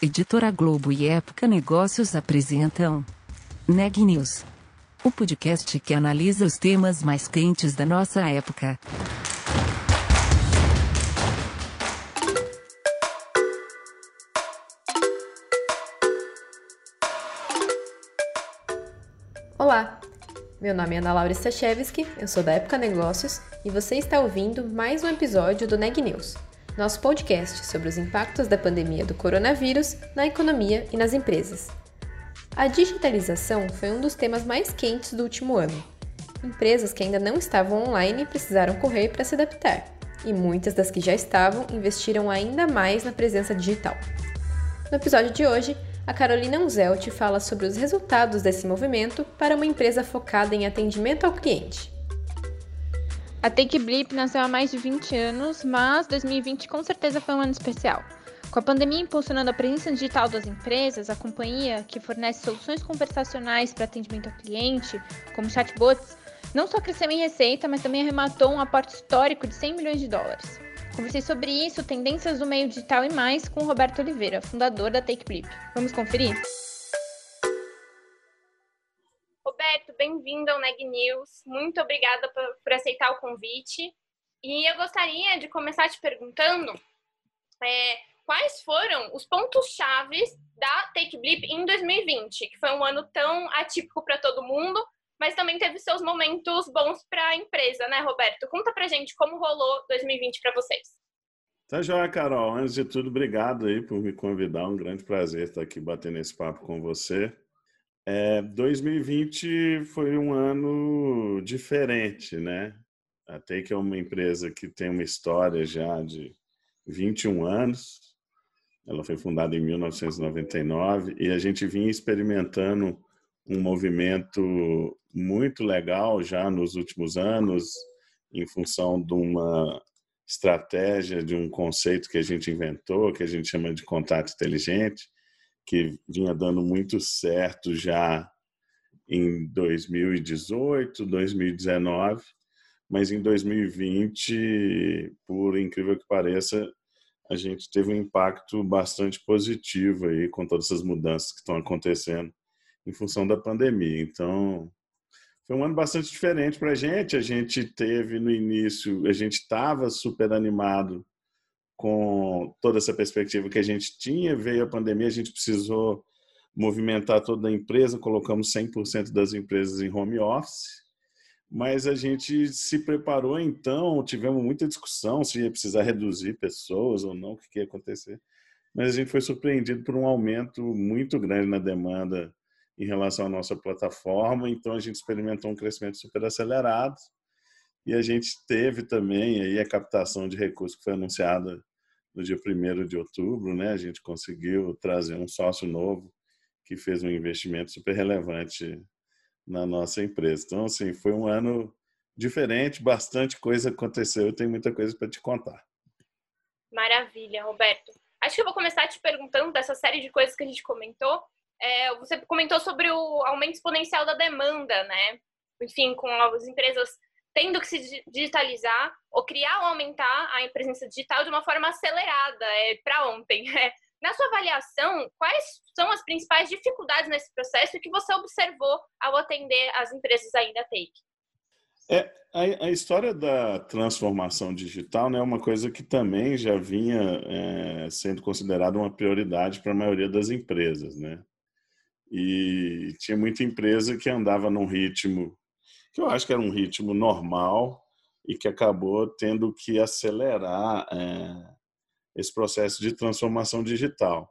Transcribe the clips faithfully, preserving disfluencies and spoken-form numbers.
Editora Globo e Época Negócios apresentam Neg News, o podcast que analisa os temas mais quentes da nossa época. Olá, meu nome é Ana Laura Stachewski, eu sou da Época Negócios e você está ouvindo mais um episódio do Neg News, nosso podcast sobre os impactos da pandemia do coronavírus na economia e nas empresas. A digitalização foi um dos temas mais quentes do último ano. Empresas que ainda não estavam online precisaram correr para se adaptar, e muitas das que já estavam investiram ainda mais na presença digital. No episódio de hoje, a Carolina Unzelt fala sobre os resultados desse movimento para uma empresa focada em atendimento ao cliente. A TakeBlip nasceu há mais de vinte anos, mas dois mil e vinte com certeza foi um ano especial. Com a pandemia impulsionando a presença digital das empresas, a companhia, que fornece soluções conversacionais para atendimento ao cliente, como chatbots, não só cresceu em receita, mas também arrematou um aporte histórico de cem milhões de dólares. Conversei sobre isso, tendências do meio digital e mais com o Roberto Oliveira, fundador da TakeBlip. Vamos conferir? Roberto, bem-vindo ao Neg News. Muito obrigada por, por aceitar o convite. E eu gostaria de começar te perguntando é, quais foram os pontos-chave da TakeBlip em dois mil e vinte, que foi um ano tão atípico para todo mundo, mas também teve seus momentos bons para a empresa, né, Roberto? Conta pra gente como rolou dois mil e vinte para vocês. Tá joia, Carol. Antes de tudo, obrigado aí por me convidar. Um grande prazer estar aqui batendo esse papo com você. É, dois mil e vinte foi um ano diferente, né? A Take é uma empresa que tem uma história já de vinte e um anos. Ela foi fundada em mil novecentos e noventa e nove e a gente vinha experimentando um movimento muito legal já nos últimos anos, em função de uma estratégia, de um conceito que a gente inventou, que a gente chama de contato inteligente, que vinha dando muito certo já em dois mil e dezoito, dois mil e dezenove, mas em dois mil e vinte, por incrível que pareça, a gente teve um impacto bastante positivo aí com todas essas mudanças que estão acontecendo em função da pandemia. Então, foi um ano bastante diferente para a gente. A gente teve no início, a gente estava super animado com toda essa perspectiva que a gente tinha, veio a pandemia, a gente precisou movimentar toda a empresa, colocamos cem por cento das empresas em home office, mas a gente se preparou então, tivemos muita discussão se ia precisar reduzir pessoas ou não, o que ia acontecer, mas a gente foi surpreendido por um aumento muito grande na demanda em relação à nossa plataforma, então a gente experimentou um crescimento super acelerado e a gente teve também aí a captação de recursos que foi anunciada no dia primeiro de outubro, né? A gente conseguiu trazer um sócio novo que fez um investimento super relevante na nossa empresa. Então, assim, foi um ano diferente, bastante coisa aconteceu, eu tenho muita coisa para te contar. Maravilha, Roberto. Acho que eu vou começar te perguntando dessa série de coisas que a gente comentou. É, você comentou sobre o aumento exponencial da demanda, né? Enfim, com as empresas tendo que se digitalizar ou criar ou aumentar a presença digital de uma forma acelerada, é, para ontem. É. Na sua avaliação, quais são as principais dificuldades nesse processo que você observou ao atender as empresas aí da Take? É, a, a história da transformação digital, né, é uma coisa que também já vinha é, sendo considerada uma prioridade para a maioria das empresas, né? E tinha muita empresa que andava num ritmo que eu acho que era um ritmo normal e que acabou tendo que acelerar é, esse processo de transformação digital.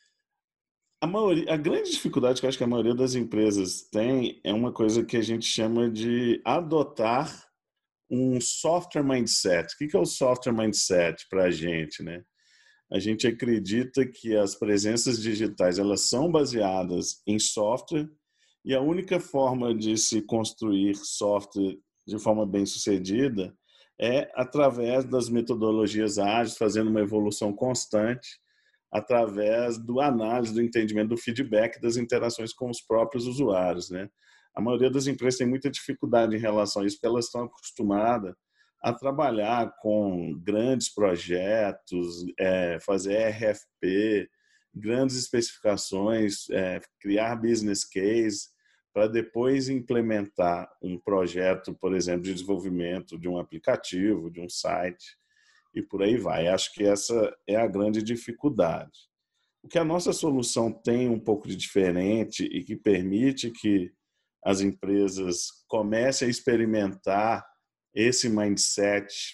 A, maioria, a grande dificuldade que eu acho que a maioria das empresas tem é uma coisa que a gente chama de adotar um software mindset. O que é o software mindset para a gente, né? A gente acredita que as presenças digitais elas são baseadas em software e a única forma de se construir software de forma bem-sucedida é através das metodologias ágeis, fazendo uma evolução constante, através do análise, do entendimento, do feedback das interações com os próprios usuários, né? A maioria das empresas tem muita dificuldade em relação a isso, porque elas estão acostumadas a trabalhar com grandes projetos, é, fazer R F P, grandes especificações, é, criar business case, para depois implementar um projeto, por exemplo, de desenvolvimento de um aplicativo, de um site, e por aí vai. Acho que essa é a grande dificuldade. O que a nossa solução tem um pouco de diferente e que permite que as empresas comecem a experimentar esse mindset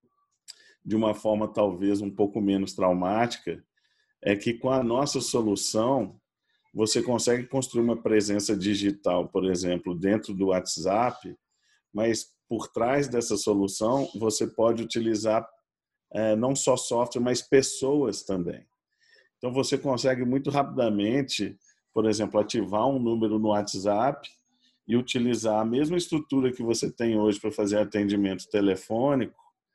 de uma forma talvez um pouco menos traumática, é que com a nossa solução você consegue construir uma presença digital, por exemplo, dentro do WhatsApp, mas por trás dessa solução você pode utilizar é, não só software, mas pessoas também. Então você consegue muito rapidamente, por exemplo, ativar um número no WhatsApp e utilizar a mesma estrutura que você tem hoje para fazer atendimento telefônico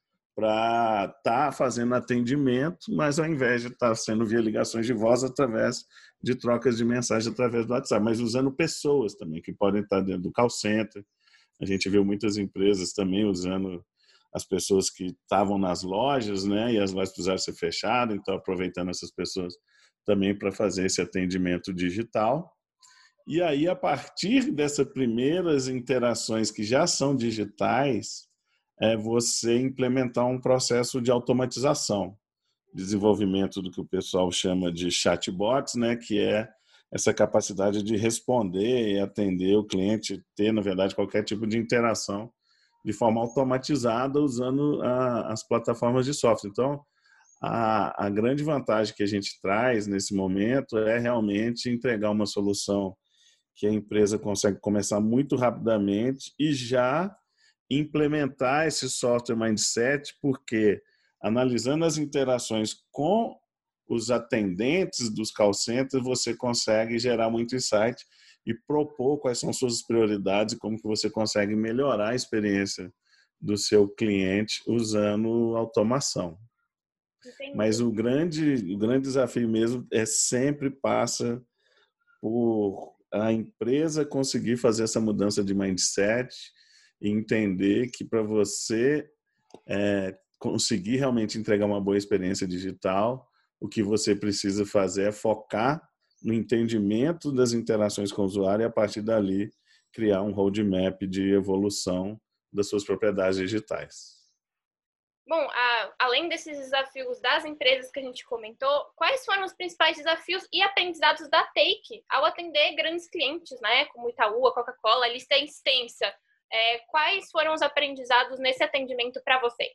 para estar tá fazendo atendimento, mas ao invés de estar tá sendo via ligações de voz através de trocas de mensagem através do WhatsApp, mas usando pessoas também, que podem estar dentro do call center. A gente viu muitas empresas também usando as pessoas que estavam nas lojas, né, e as lojas precisaram ser fechadas, então aproveitando essas pessoas também para fazer esse atendimento digital. E aí, a partir dessas primeiras interações que já são digitais, é você implementar um processo de automatização, desenvolvimento do que o pessoal chama de chatbots, né, que é essa capacidade de responder e atender o cliente, ter, na verdade, qualquer tipo de interação de forma automatizada usando a, as plataformas de software. Então, a, a grande vantagem que a gente traz nesse momento é realmente entregar uma solução que a empresa consegue começar muito rapidamente e já implementar esse software mindset, porque analisando as interações com os atendentes dos call centers, você consegue gerar muito insight e propor quais são suas prioridades e como que você consegue melhorar a experiência do seu cliente usando automação. Entendi. Mas o grande, o grande desafio mesmo é sempre passa por a empresa conseguir fazer essa mudança de mindset e entender que para você é, conseguir realmente entregar uma boa experiência digital, o que você precisa fazer é focar no entendimento das interações com o usuário e, a partir dali, criar um roadmap de evolução das suas propriedades digitais. Bom, a, além desses desafios das empresas que a gente comentou, quais foram os principais desafios e aprendizados da Take ao atender grandes clientes, né, como Itaú, a Coca-Cola? A lista é extensa. É, quais foram os aprendizados nesse atendimento para vocês?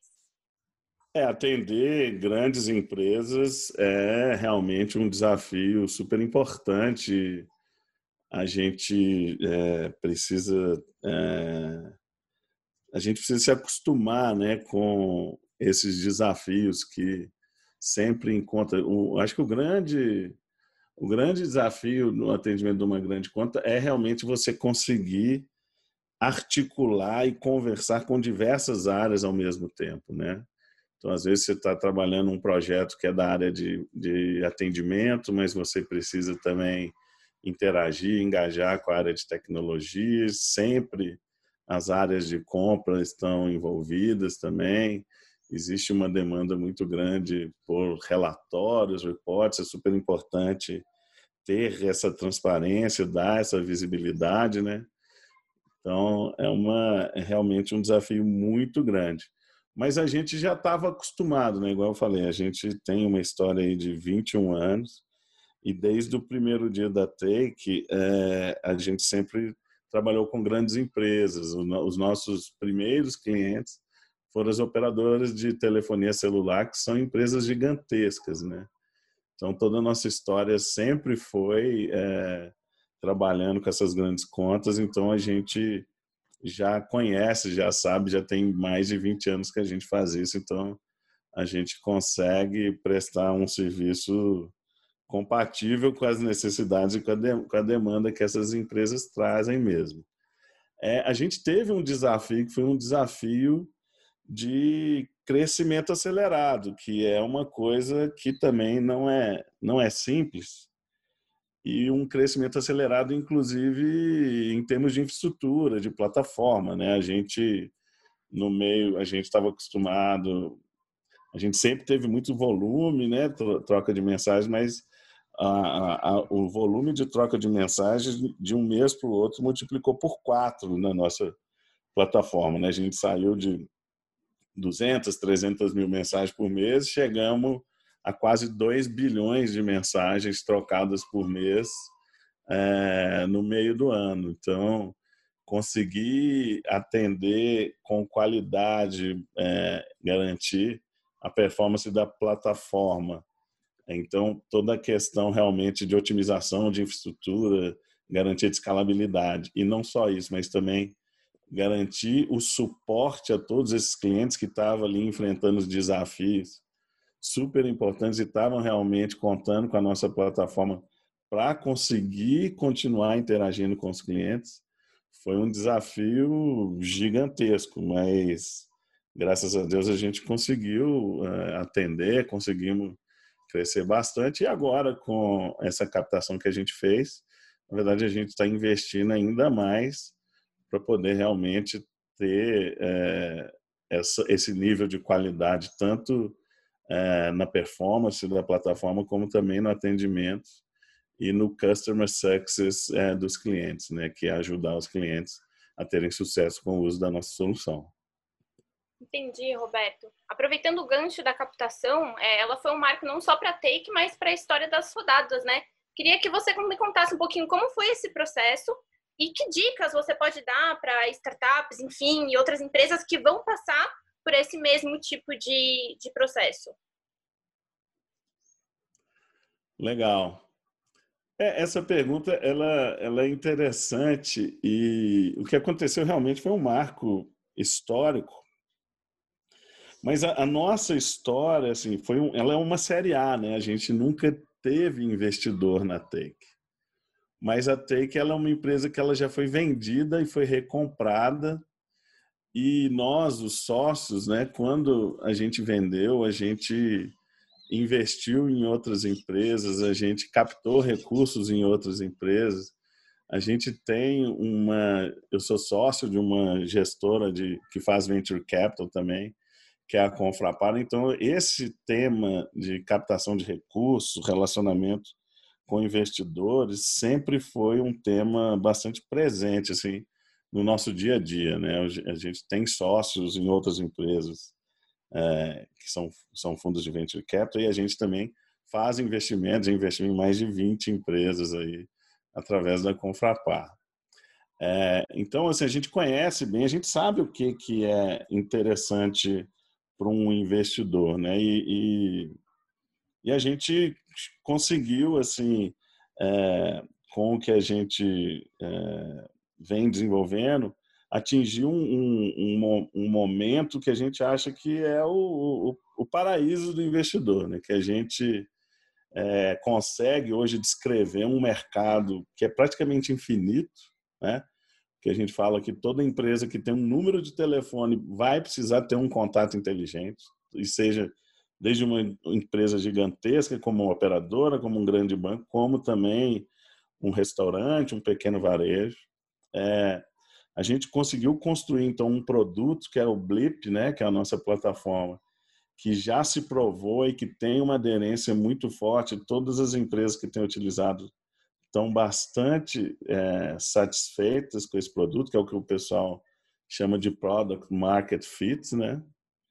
É, atender grandes empresas é realmente um desafio super importante. A gente é, precisa é, a gente precisa se acostumar, né, com esses desafios que sempre encontra. O, acho que o grande o grande desafio no atendimento de uma grande conta é realmente você conseguir articular e conversar com diversas áreas ao mesmo tempo, né? Então, às vezes, você está trabalhando um projeto que é da área de, de atendimento, mas você precisa também interagir, engajar com a área de tecnologia. Sempre as áreas de compra estão envolvidas também. Existe uma demanda muito grande por relatórios, reports. É super importante ter essa transparência, dar essa visibilidade, né? Então, é, uma, é realmente um desafio muito grande. Mas a gente já estava acostumado, né? Igual eu falei, a gente tem uma história aí de vinte e um anos e desde o primeiro dia da Take, é, a gente sempre trabalhou com grandes empresas. Os nossos primeiros clientes foram as operadoras de telefonia celular, que são empresas gigantescas, né? Então, toda a nossa história sempre foi é, trabalhando com essas grandes contas, então a gente já conhece, já sabe, já tem mais de vinte anos que a gente faz isso, então a gente consegue prestar um serviço compatível com as necessidades e com a, de, com a demanda que essas empresas trazem mesmo. É, a gente teve um desafio que foi um desafio de crescimento acelerado, que é uma coisa que também não é, não é simples, e um crescimento acelerado, inclusive, em termos de infraestrutura, de plataforma, né? A gente, no meio, a gente estava acostumado, a gente sempre teve muito volume, né? Troca de mensagens, mas a, a, o volume de troca de mensagens de um mês para o outro multiplicou por quatro na nossa plataforma, né? A gente saiu de duzentas, trezentas mil mensagens por mês, chegamos a quase dois bilhões de mensagens trocadas por mês é, no meio do ano. Então, conseguir atender com qualidade, é, garantir a performance da plataforma. Então, toda a questão realmente de otimização de infraestrutura, garantia de escalabilidade. E não só isso, mas também garantir o suporte a todos esses clientes que estavam ali enfrentando os desafios super importantes e estavam realmente contando com a nossa plataforma para conseguir continuar interagindo com os clientes. Foi um desafio gigantesco, mas graças a Deus a gente conseguiu uh, atender, conseguimos crescer bastante. E agora, com essa captação que a gente fez, na verdade a gente está investindo ainda mais para poder realmente ter é, essa, esse nível de qualidade, tanto é, na performance da plataforma, como também no atendimento e no customer success é, dos clientes, né, que é ajudar os clientes a terem sucesso com o uso da nossa solução. Entendi, Roberto. Aproveitando o gancho da captação, é, ela foi um marco não só para a Take, mas para a história das rodadas, né? Queria que você me contasse um pouquinho como foi esse processo e que dicas você pode dar para startups, enfim, e outras empresas que vão passar por esse mesmo tipo de, de processo. Legal. É, essa pergunta ela, ela é interessante e o que aconteceu realmente foi um marco histórico. Mas a, a nossa história, assim, foi um, ela é uma série A, né? A gente nunca teve investidor na Take. Mas a Take ela é uma empresa que ela já foi vendida e foi recomprada. E nós, os sócios, né, quando a gente vendeu, a gente investiu em outras empresas, a gente captou recursos em outras empresas. A gente tem uma... Eu sou sócio de uma gestora de, que faz Venture Capital também, que é a Confrapar. Então, esse tema de captação de recursos, relacionamento com investidores, sempre foi um tema bastante presente assim, no nosso dia a dia, né? A gente tem sócios em outras empresas é, que são, são fundos de Venture Capital e a gente também faz investimentos, investiu em mais de vinte empresas aí, através da Confrapar. É, então, assim, a gente conhece bem, a gente sabe o que, que é interessante para um investidor, né? E, e, e a gente conseguiu, assim, é, com o que a gente é, vem desenvolvendo, atingir um, um, um momento que a gente acha que é o, o, o paraíso do investidor, né? Que a gente é, consegue hoje descrever um mercado que é praticamente infinito, né? Que a gente fala que toda empresa que tem um número de telefone vai precisar ter um contato inteligente, e seja desde uma empresa gigantesca, como uma operadora, como um grande banco, como também um restaurante, um pequeno varejo. É, a gente conseguiu construir, então, um produto que é o Blip, né, que é a nossa plataforma, que já se provou e que tem uma aderência muito forte. Todas as empresas que têm utilizado estão bastante é, satisfeitas com esse produto, que é o que o pessoal chama de Product Market Fit, né?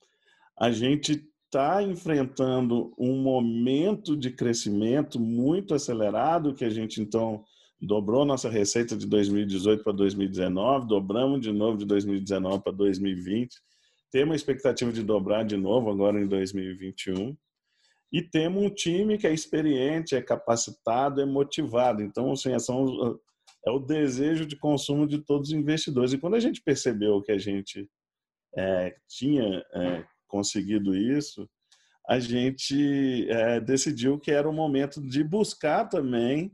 A gente está enfrentando um momento de crescimento muito acelerado, que a gente, então, dobrou nossa receita de dois mil e dezoito para dois mil e dezenove, dobramos de novo de dois mil e dezenove para dois mil e vinte, temos uma expectativa de dobrar de novo agora em dois mil e vinte e um, e temos um time que é experiente, é capacitado, é motivado. Então, assim, é o desejo de consumo de todos os investidores. E quando a gente percebeu que a gente é, tinha é, conseguido isso, a gente é, decidiu que era o momento de buscar também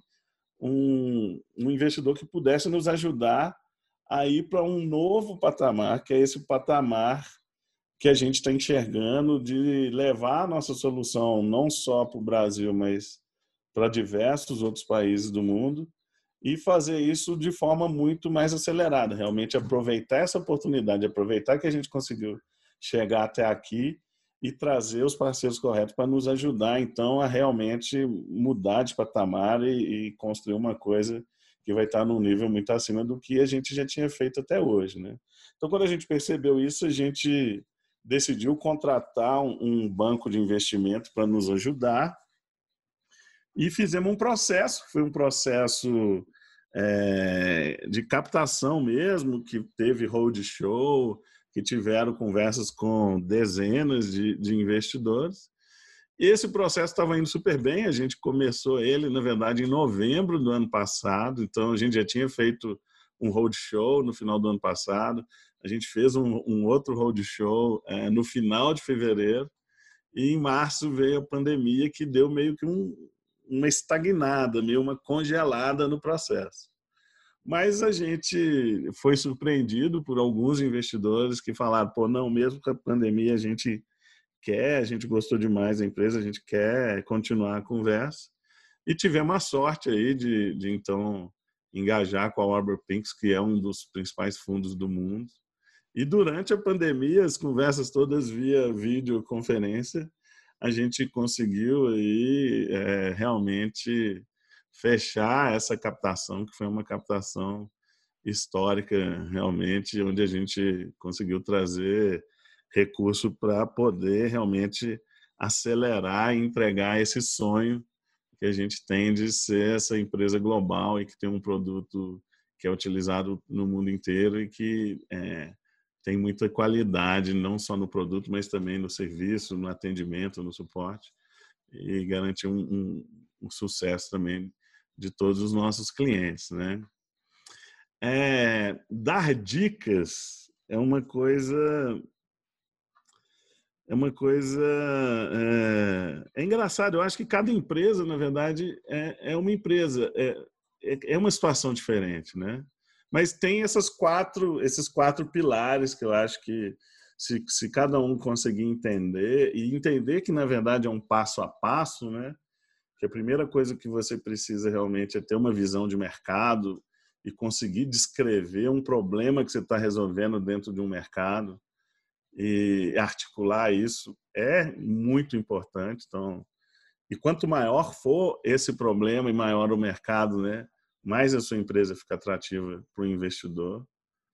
um, um investidor que pudesse nos ajudar a ir para um novo patamar, que é esse patamar que a gente está enxergando de levar a nossa solução não só para o Brasil, mas para diversos outros países do mundo, e fazer isso de forma muito mais acelerada, realmente aproveitar essa oportunidade, aproveitar que a gente conseguiu chegar até aqui e trazer os parceiros corretos para nos ajudar, então, a realmente mudar de patamar e, e construir uma coisa que vai estar num nível muito acima do que a gente já tinha feito até hoje, né? Então, quando a gente percebeu isso, a gente decidiu contratar um, um banco de investimento para nos ajudar e fizemos um processo, foi um processo é, de captação mesmo, que teve roadshow, que tiveram conversas com dezenas de, de investidores. E esse processo estava indo super bem, a gente começou ele, na verdade, em novembro do ano passado, então a gente já tinha feito um roadshow no final do ano passado, a gente fez um, um outro roadshow é, no final de fevereiro, e em março veio a pandemia, que deu meio que um, uma estagnada, meio uma congelada no processo. Mas a gente foi surpreendido por alguns investidores que falaram, pô, não, mesmo com a pandemia a gente quer, a gente gostou demais da empresa, a gente quer continuar a conversa. E tivemos a sorte aí de, de então, engajar com a Warburg Pincus, que é um dos principais fundos do mundo. E durante a pandemia, as conversas todas via videoconferência, a gente conseguiu aí, é, realmente fechar essa captação, que foi uma captação histórica, realmente, onde a gente conseguiu trazer recurso para poder realmente acelerar e entregar esse sonho que a gente tem de ser essa empresa global e que tem um produto que é utilizado no mundo inteiro e que é, tem muita qualidade, não só no produto, mas também no serviço, no atendimento, no suporte, e garantir um, um, um sucesso também de todos os nossos clientes, né? É, dar dicas é uma coisa é uma coisa é, é engraçado. Eu acho que cada empresa, na verdade, é, é uma empresa, é, é uma situação diferente, né? Mas tem essas quatro, esses quatro pilares que eu acho que se, se cada um conseguir entender e entender que na verdade é um passo a passo, né? Que a primeira coisa que você precisa realmente é ter uma visão de mercado e conseguir descrever um problema que você está resolvendo dentro de um mercado e articular isso é muito importante. Então, e quanto maior for esse problema e maior o mercado, né, mais a sua empresa fica atrativa para o investidor.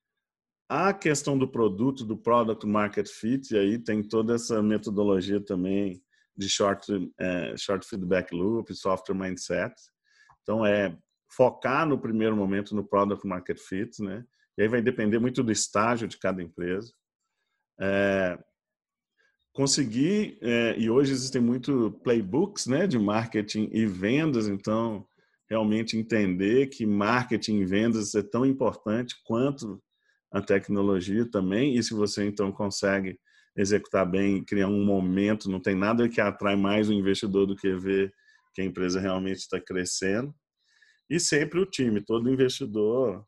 A questão do produto, do product market fit, e aí tem toda essa metodologia também de short, é, short feedback loop, software mindset. Então, é focar no primeiro momento no product market fit, né? E aí vai depender muito do estágio de cada empresa. É, conseguir, é, e hoje existem muito playbooks, né, de marketing e vendas, então realmente entender que marketing e vendas é tão importante quanto a tecnologia também, e se você então consegue executar bem, criar um momento, não tem nada que atrai mais o investidor do que ver que a empresa realmente está crescendo. E sempre o time, todo investidor,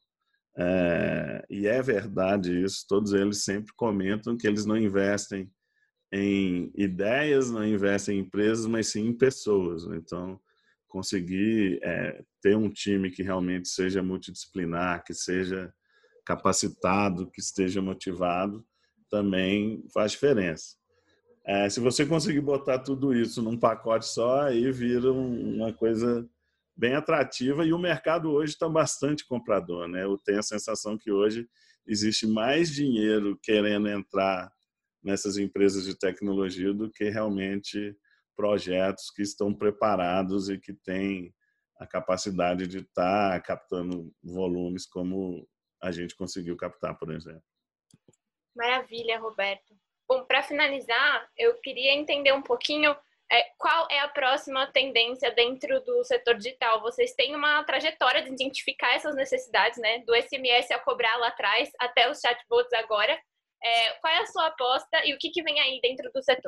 é, e é verdade isso, todos eles sempre comentam que eles não investem em ideias, não investem em empresas, mas sim em pessoas. Então, conseguir é, ter um time que realmente seja multidisciplinar, que seja capacitado, que esteja motivado, também faz diferença. É, se você conseguir botar tudo isso num pacote só, aí vira uma coisa bem atrativa, e o mercado hoje está bastante comprador, né? Eu tenho a sensação que hoje existe mais dinheiro querendo entrar nessas empresas de tecnologia do que realmente projetos que estão preparados e que têm a capacidade de estar captando volumes como a gente conseguiu captar, por exemplo. Maravilha, Roberto. Bom, para finalizar, eu queria entender um pouquinho é, qual é a próxima tendência dentro do setor digital. Vocês têm uma trajetória de identificar essas necessidades, né? Do S M S a cobrar lá atrás até os chatbots agora. É, qual é a sua aposta e o que, que vem aí dentro do setor?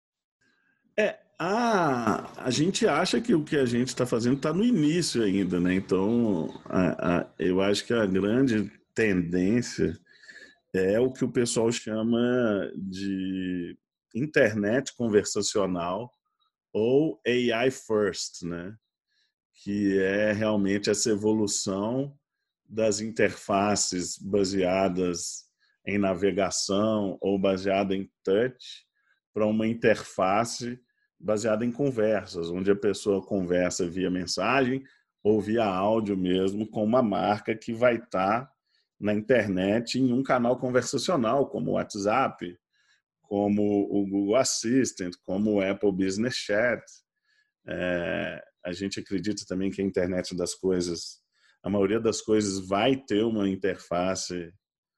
É, a, a gente acha que o que a gente está fazendo está no início ainda, né? Então, a, a, eu acho que a grande tendência é o que o pessoal chama de internet conversacional ou A I first, né? Que é realmente essa evolução das interfaces baseadas em navegação ou baseada em touch para uma interface baseada em conversas, onde a pessoa conversa via mensagem ou via áudio mesmo com uma marca que vai estar na internet em um canal conversacional, como o WhatsApp, como o Google Assistant, como o Apple Business Chat. É, a gente acredita também que a internet das coisas, a maioria das coisas vai ter uma interface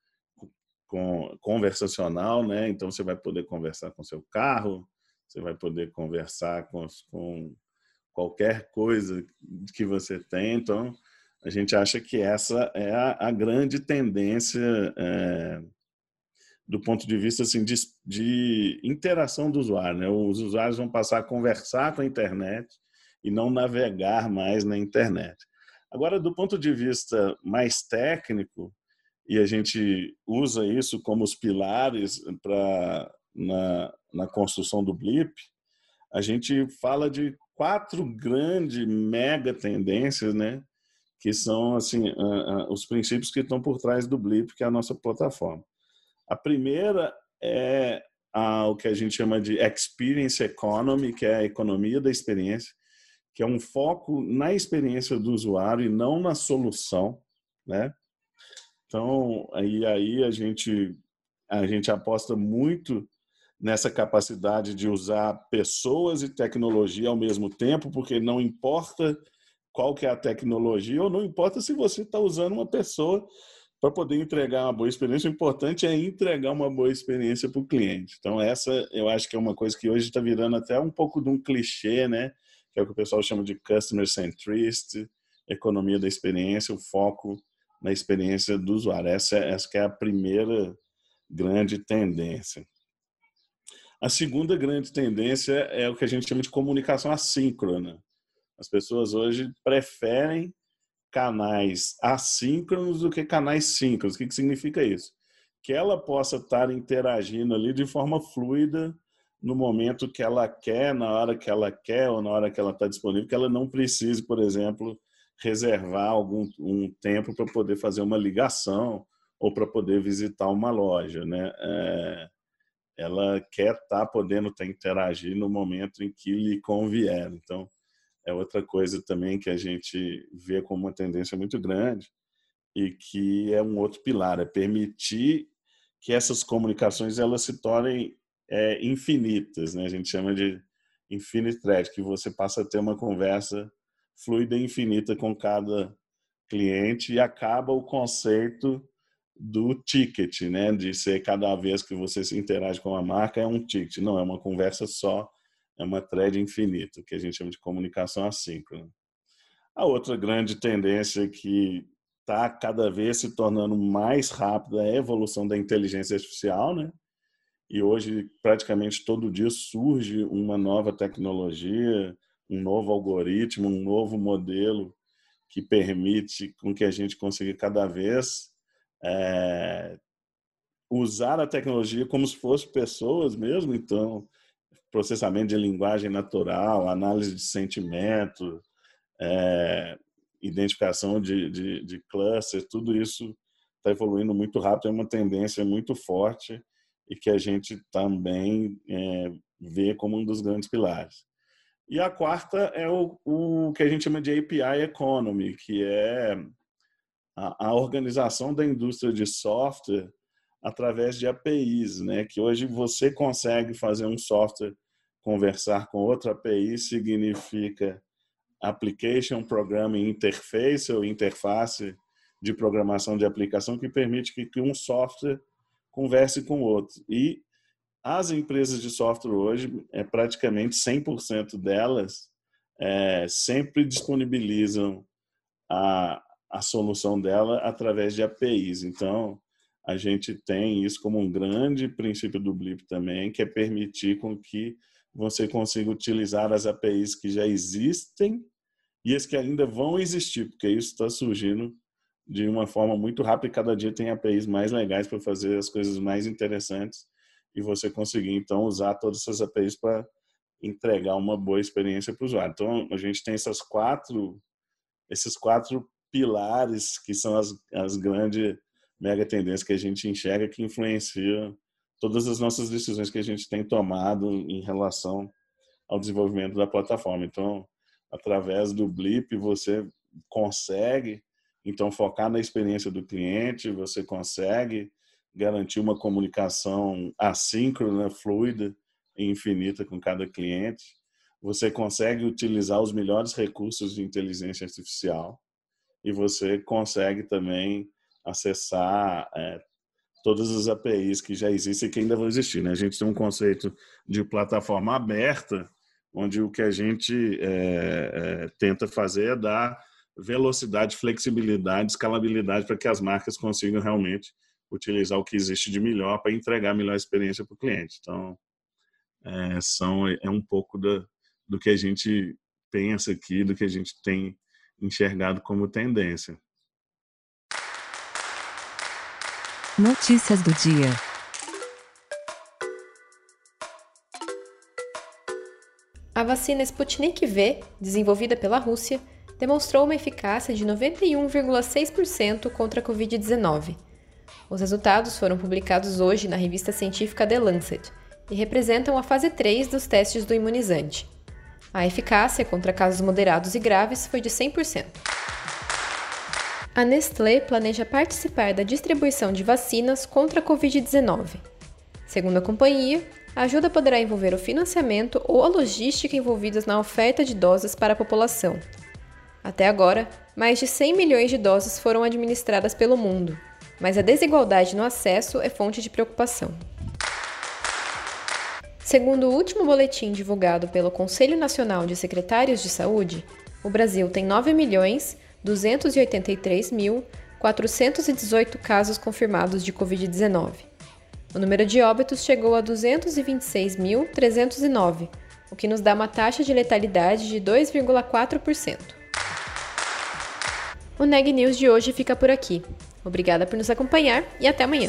com, conversacional, né? Então você vai poder conversar com seu carro, você vai poder conversar com, com qualquer coisa que você tem. Então a gente acha que essa é a, a grande tendência é, do ponto de vista assim, de, de interação do usuário, né? Os usuários vão passar a conversar com a internet e não navegar mais na internet. Agora, do ponto de vista mais técnico, e a gente usa isso como os pilares pra, na, na construção do Blip, a gente fala de quatro grandes mega tendências, né? Que são assim, uh, uh, os princípios que estão por trás do Blip, que é a nossa plataforma. A primeira é a, o que a gente chama de Experience Economy, que é a economia da experiência, que é um foco na experiência do usuário e não na solução, né? Então, aí, aí a, gente, a gente aposta muito nessa capacidade de usar pessoas e tecnologia ao mesmo tempo, porque não importa qual que é a tecnologia, ou não importa se você está usando uma pessoa para poder entregar uma boa experiência. O importante é entregar uma boa experiência para o cliente. Então, essa eu acho que é uma coisa que hoje está virando até um pouco de um clichê, né? Que é o que o pessoal chama de customer centricity, economia da experiência, o foco na experiência do usuário. Essa, essa que é a primeira grande tendência. A segunda grande tendência é o que a gente chama de comunicação assíncrona. As pessoas hoje preferem canais assíncronos do que canais síncronos. O que, que significa isso? Que ela possa estar interagindo ali de forma fluida no momento que ela quer, na hora que ela quer ou na hora que ela está disponível, que ela não precise, por exemplo, reservar algum um tempo para poder fazer uma ligação ou para poder visitar uma loja, né? É, ela quer estar podendo estar interagir no momento em que lhe convier. Então, é outra coisa também que a gente vê como uma tendência muito grande e que é um outro pilar, é permitir que essas comunicações elas se tornem é, infinitas, né? A gente chama de infinite thread, que você passa a ter uma conversa fluida e infinita com cada cliente e acaba o conceito do ticket, né? De ser cada vez que você se interage com a marca é um ticket, não é uma conversa só, é uma thread infinita, que a gente chama de comunicação assíncrona. A outra grande tendência que está cada vez se tornando mais rápida é a evolução da inteligência artificial, né? E hoje, praticamente todo dia, surge uma nova tecnologia, um novo algoritmo, um novo modelo que permite com que a gente consiga cada vez é, usar a tecnologia como se fosse pessoas mesmo. Então, processamento de linguagem natural, análise de sentimento, é, identificação de, de, de clusters, tudo isso está evoluindo muito rápido, é uma tendência muito forte e que a gente também é, vê como um dos grandes pilares. E a quarta é o, o que a gente chama de A P I Economy, que é a, a organização da indústria de software através de A P Is, né? Que hoje você consegue fazer um software conversar com outra A P I, significa Application Programming Interface ou interface de programação de aplicação que permite que, que um software converse com o outro. E as empresas de software hoje, é praticamente cem por cento delas, é, sempre disponibilizam a, a solução dela através de A P Is. Então, a gente tem isso como um grande princípio do Blip também, que é permitir com que você consiga utilizar as A P Is que já existem e as que ainda vão existir, porque isso está surgindo de uma forma muito rápida e cada dia tem A P Is mais legais para fazer as coisas mais interessantes e você conseguir, então, usar todas essas A P Is para entregar uma boa experiência para o usuário. Então, a gente tem essas quatro, esses quatro pilares que são as, as grandes mega tendências que a gente enxerga que influenciam todas as nossas decisões que a gente tem tomado em relação ao desenvolvimento da plataforma. Então, através do Blip, você consegue, então, focar na experiência do cliente, você consegue garantir uma comunicação assíncrona, fluida e infinita com cada cliente. Você consegue utilizar os melhores recursos de inteligência artificial e você consegue também acessar é, todas as A P Is que já existem e que ainda vão existir, né? A gente tem um conceito de plataforma aberta, onde o que a gente é, é, tenta fazer é dar velocidade, flexibilidade, escalabilidade para que as marcas consigam realmente utilizar o que existe de melhor para entregar a melhor experiência para o cliente. Então, é, são, é um pouco da, do que a gente pensa aqui, do que a gente tem enxergado como tendência. Notícias do dia. A vacina Sputnik V, desenvolvida pela Rússia, demonstrou uma eficácia de noventa e um vírgula seis por cento contra a covid dezenove. Os resultados foram publicados hoje na revista científica The Lancet e representam a fase três dos testes do imunizante. A eficácia contra casos moderados e graves foi de cem por cento. A Nestlé planeja participar da distribuição de vacinas contra a covid dezenove. Segundo a companhia, a ajuda poderá envolver o financiamento ou a logística envolvidos na oferta de doses para a população. Até agora, mais de cem milhões de doses foram administradas pelo mundo, mas a desigualdade no acesso é fonte de preocupação. Segundo o último boletim divulgado pelo Conselho Nacional de Secretários de Saúde, o Brasil tem nove milhões duzentos e oitenta e três mil quatrocentos e dezoito casos confirmados de covid dezenove. O número de óbitos chegou a duzentos e vinte e seis mil trezentos e nove, o que nos dá uma taxa de letalidade de dois vírgula quatro por cento. O Neg News de hoje fica por aqui. Obrigada por nos acompanhar e até amanhã.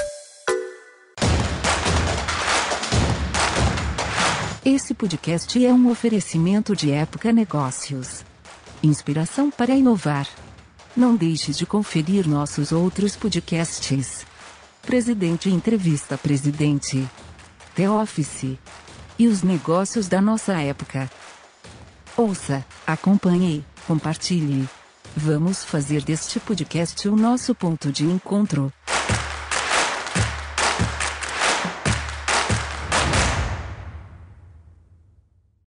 Esse podcast é um oferecimento de Época Negócios. Inspiração para inovar. Não deixe de conferir nossos outros podcasts. Presidente Entrevista Presidente. The Office. E os negócios da nossa época. Ouça, acompanhe, compartilhe. Vamos fazer deste podcast o nosso ponto de encontro.